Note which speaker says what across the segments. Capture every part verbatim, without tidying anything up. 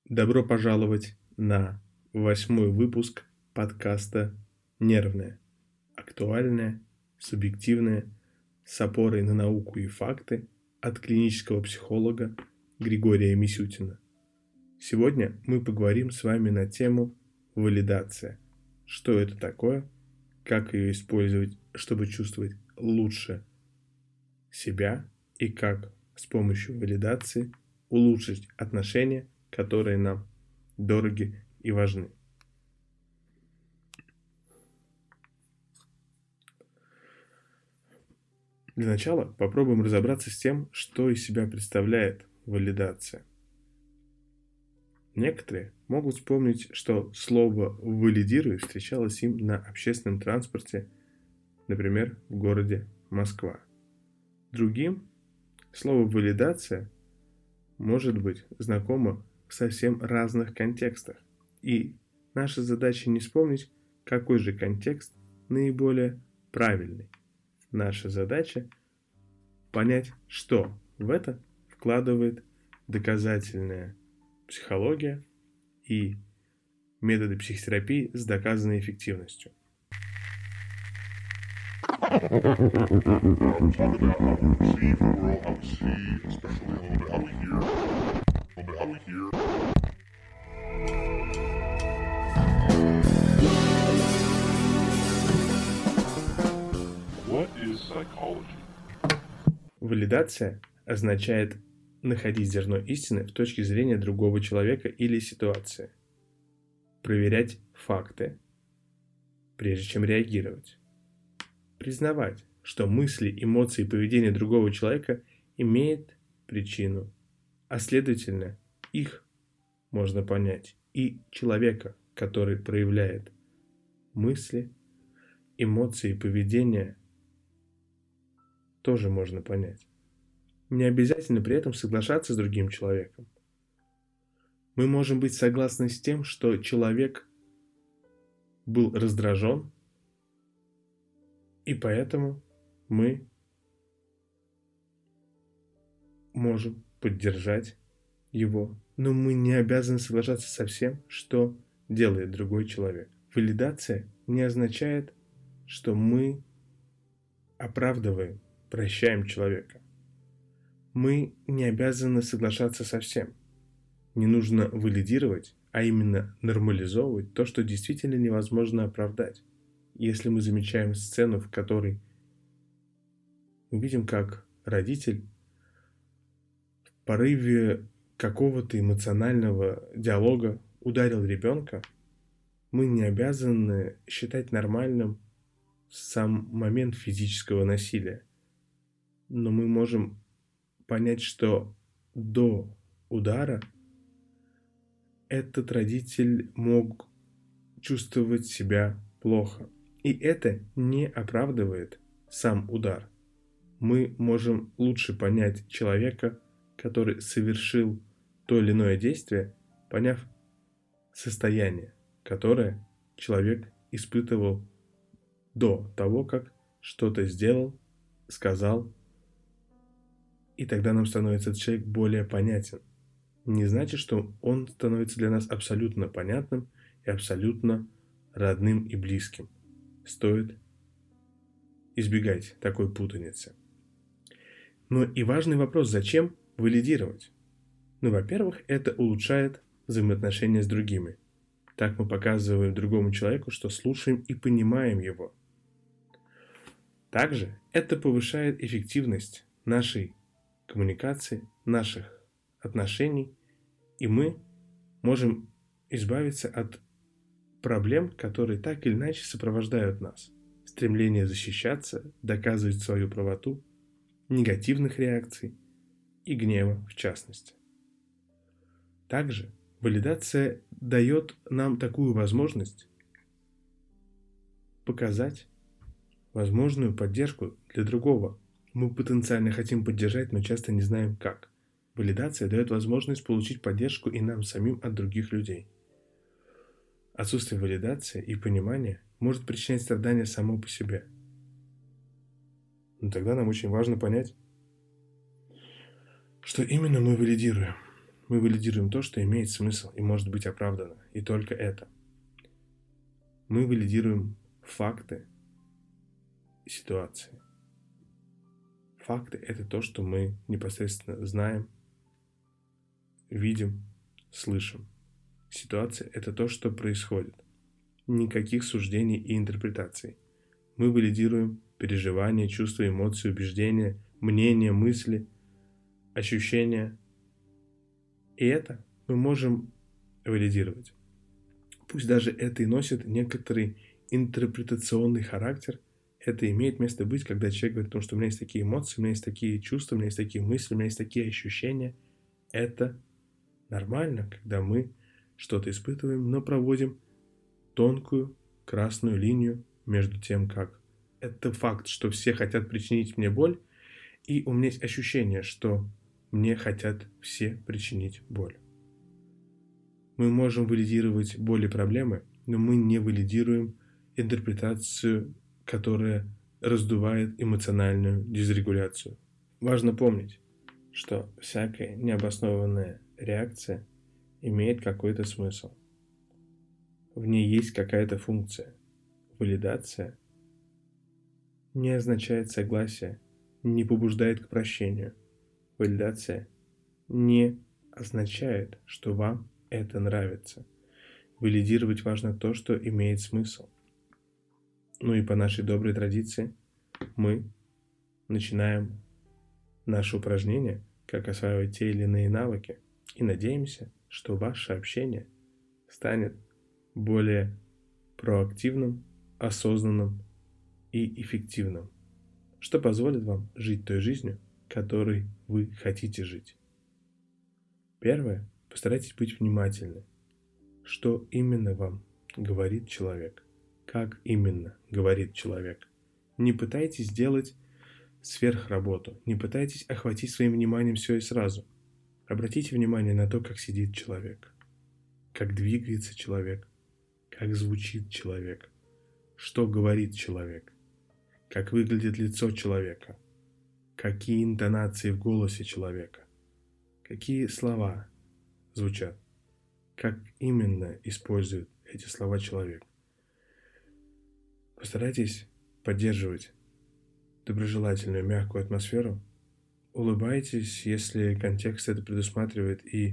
Speaker 1: Добро пожаловать на восьмой выпуск подкаста «Нервное». Актуальное, субъективное, с опорой на науку и факты от клинического психолога Григория Мисютина. Сегодня мы поговорим с вами на тему валидация. Что это такое, как ее использовать, чтобы чувствовать лучше себя, и как с помощью валидации улучшить отношения, которые нам дороги и важны. Для начала попробуем разобраться с тем, что из себя представляет валидация. Некоторые могут вспомнить, что слово «валидируй» встречалось им на общественном транспорте, например, в городе Москва. Другим слово «валидация» может быть знакомо в совсем разных контекстах. И наша задача не вспомнить, какой же контекст наиболее правильный. Наша задача понять, что в это вкладывает доказательная психология и методы психотерапии с доказанной эффективностью. Валидация означает находить зерно истины в точке зрения другого человека или ситуации, проверять факты, прежде чем реагировать, признавать, что мысли, эмоции и поведение другого человека имеют причину, а следовательно, их можно понять, и человека, который проявляет мысли, эмоции и поведение, тоже можно понять. Не обязательно при этом соглашаться с другим человеком. Мы можем быть согласны с тем, что человек был раздражен, и поэтому мы можем поддержать его, но мы не обязаны соглашаться со всем, что делает другой человек. Валидация не означает, что мы оправдываем, прощаем человека. Мы не обязаны соглашаться со всем. Не нужно валидировать, а именно нормализовывать то, что действительно невозможно оправдать. Если мы замечаем сцену, в которой мы видим, как родитель в порыве какого-то эмоционального диалога ударил ребенка, мы не обязаны считать нормальным сам момент физического насилия. Но мы можем понять, что до удара этот родитель мог чувствовать себя плохо. И это не оправдывает сам удар. Мы можем лучше понять человека, который совершил то или иное действие, поняв состояние, которое человек испытывал до того, как что-то сделал, сказал, и тогда нам становится этот человек более понятен. Не значит, что он становится для нас абсолютно понятным и абсолютно родным и близким. Стоит избегать такой путаницы. Но и важный вопрос, зачем валидировать? Ну, во-первых, это улучшает взаимоотношения с другими. Так мы показываем другому человеку, что слушаем и понимаем его. Также это повышает эффективность нашей коммуникации, наших отношений, и мы можем избавиться от проблем, которые так или иначе сопровождают нас. Стремление защищаться, доказывать свою правоту, негативных реакций и гнева в частности. Также валидация дает нам такую возможность показать возможную поддержку для другого. Мы потенциально хотим поддержать, но часто не знаем как. Валидация дает возможность получить поддержку и нам самим от других людей. Отсутствие валидации и понимания может причинять страдания само по себе. Но тогда нам очень важно понять, что именно мы валидируем. Мы валидируем то, что имеет смысл и может быть оправдано, и только это. Мы валидируем факты ситуации. Факты – это то, что мы непосредственно знаем, видим, слышим. Ситуация – это то, что происходит. Никаких суждений и интерпретаций. Мы валидируем переживания, чувства, эмоции, убеждения, мнения, мысли, ощущения. И это мы можем валидировать. Пусть даже это и носит некоторый интерпретационный характер, это имеет место быть, когда человек говорит о том, что у меня есть такие эмоции, у меня есть такие чувства, у меня есть такие мысли, у меня есть такие ощущения. Это нормально, когда мы что-то испытываем, но проводим тонкую красную линию между тем, как это факт, что все хотят причинить мне боль, и у меня есть ощущение, что мне хотят все причинить боль. Мы можем валидировать боль и проблемы, но мы не валидируем интерпретацию, которая раздувает эмоциональную дисрегуляцию. Важно помнить, что всякая необоснованная реакция имеет какой-то смысл. В ней есть какая-то функция. Валидация не означает согласие, не побуждает к прощению. Валидация не означает, что вам это нравится. Валидировать важно то, что имеет смысл. Ну и по нашей доброй традиции мы начинаем наше упражнение, как осваивать те или иные навыки, и надеемся, что ваше общение станет более проактивным, осознанным и эффективным, что позволит вам жить той жизнью, которой вы хотите жить. Первое. Постарайтесь быть внимательны. Что именно вам говорит человек? Как именно говорит человек? Не пытайтесь сделать сверхработу, не пытайтесь охватить своим вниманием все и сразу. Обратите внимание на то, как сидит человек, как двигается человек, как звучит человек, что говорит человек, как выглядит лицо человека, какие интонации в голосе человека, какие слова звучат, как именно использует эти слова человек. Постарайтесь поддерживать доброжелательную, мягкую атмосферу. Улыбайтесь, если контекст это предусматривает, и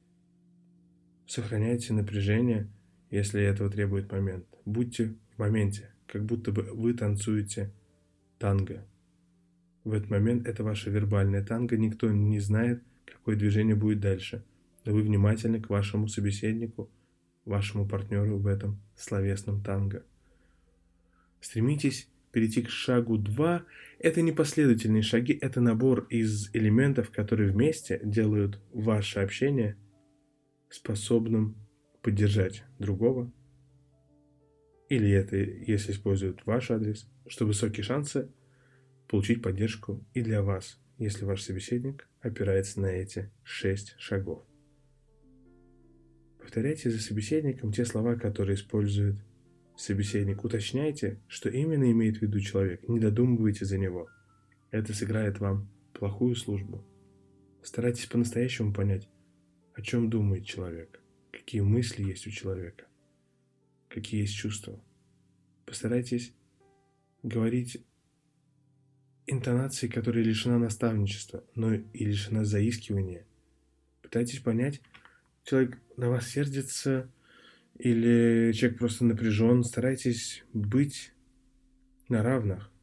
Speaker 1: сохраняйте напряжение, если этого требует момент. Будьте в моменте, как будто бы вы танцуете танго. В этот момент это ваше вербальное танго, никто не знает, какое движение будет дальше. Но вы внимательны к вашему собеседнику, вашему партнеру в этом словесном танго. Стремитесь перейти к шагу два. Это не последовательные шаги, это набор из элементов, которые вместе делают ваше общение способным поддержать другого. Или это, если используют ваш адрес, что высокие шансы получить поддержку и для вас, если ваш собеседник опирается на эти шесть шагов. Повторяйте за собеседником те слова, которые использует собеседник. Уточняйте, что именно имеет в виду человек. Не додумывайте за него. Это сыграет вам плохую службу. Старайтесь по-настоящему понять, о чем думает человек, какие мысли есть у человека, какие есть чувства. Постарайтесь говорить интонацией, которая лишена наставничества, но и лишена заискивания. Пытайтесь понять, человек на вас сердится или человек просто напряжен. Старайтесь быть на равных.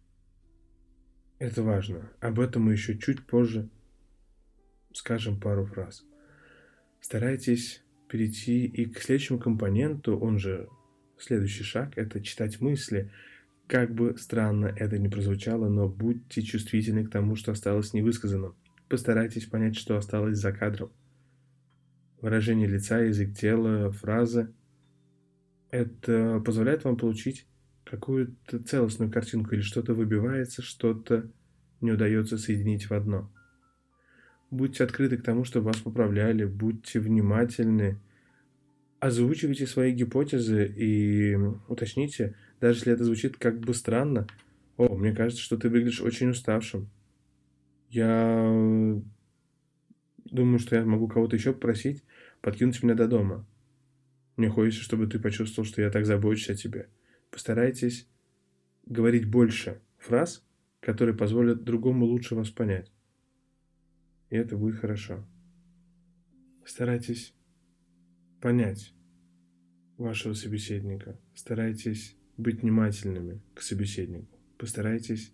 Speaker 1: Это важно. Об этом мы еще чуть позже скажем пару фраз. Старайтесь перейти и к следующему компоненту, он же следующий шаг, это читать мысли. Как бы странно это ни прозвучало, но будьте чувствительны к тому, что осталось невысказанным. Постарайтесь понять, что осталось за кадром. Выражение лица, язык тела, фразы. Это позволяет вам получить какую-то целостную картинку, или что-то выбивается, что-то не удается соединить в одно. Будьте открыты к тому, чтобы вас поправляли, будьте внимательны, озвучивайте свои гипотезы и уточните, даже если это звучит как бы странно. О, мне кажется, что ты выглядишь очень уставшим. Я думаю, что я могу кого-то еще попросить подкинуть меня до дома. Мне хочется, чтобы ты почувствовал, что я так забочусь о тебе. Постарайтесь говорить больше фраз, которые позволят другому лучше вас понять. И это будет хорошо. Старайтесь понять вашего собеседника. Старайтесь быть внимательными к собеседнику. Постарайтесь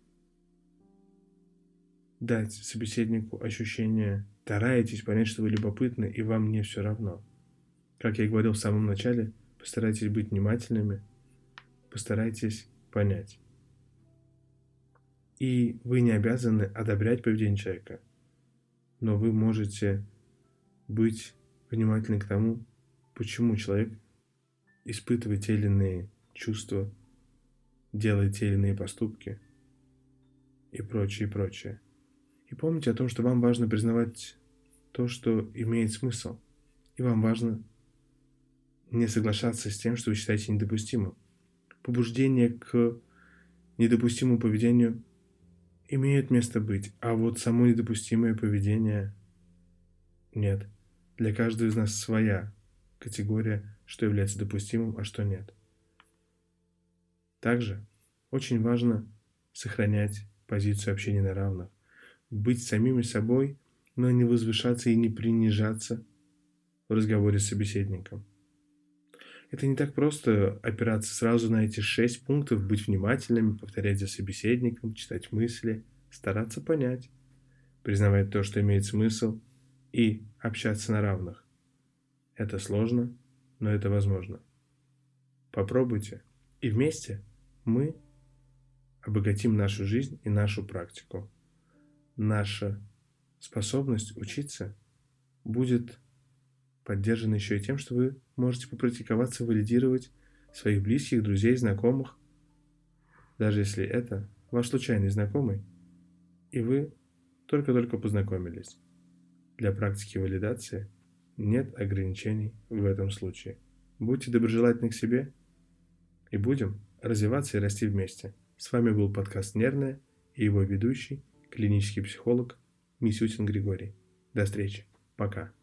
Speaker 1: дать собеседнику ощущение, старайтесь понять, что вы любопытны и вам не все равно. Как я и говорил в самом начале, постарайтесь быть внимательными, постарайтесь понять. И вы не обязаны одобрять поведение человека, но вы можете быть внимательны к тому, почему человек испытывает те или иные чувства, делает те или иные поступки и прочее, и прочее. И помните о том, что вам важно признавать то, что имеет смысл. И вам важно не соглашаться с тем, что вы считаете недопустимым. Побуждение к недопустимому поведению имеет место быть, а вот само недопустимое поведение нет. Для каждого из нас своя категория, что является допустимым, а что нет. Также очень важно сохранять позицию общения на равных, быть самими собой, но не возвышаться и не принижаться в разговоре с собеседником. Это не так просто опираться сразу на эти шесть пунктов, быть внимательными, повторять за собеседником, читать мысли, стараться понять, признавать то, что имеет смысл, и общаться на равных. Это сложно, но это возможно. Попробуйте, и вместе мы обогатим нашу жизнь и нашу практику. Наша способность учиться будет поддержана еще и тем, что вы можете попрактиковаться, валидировать своих близких, друзей, знакомых, даже если это ваш случайный знакомый, и вы только-только познакомились. Для практики валидации нет ограничений в этом случае. Будьте доброжелательны к себе и будем развиваться и расти вместе. С вами был подкаст «Нервное» и его ведущий, клинический психолог Мисютин Григорий. До встречи. Пока.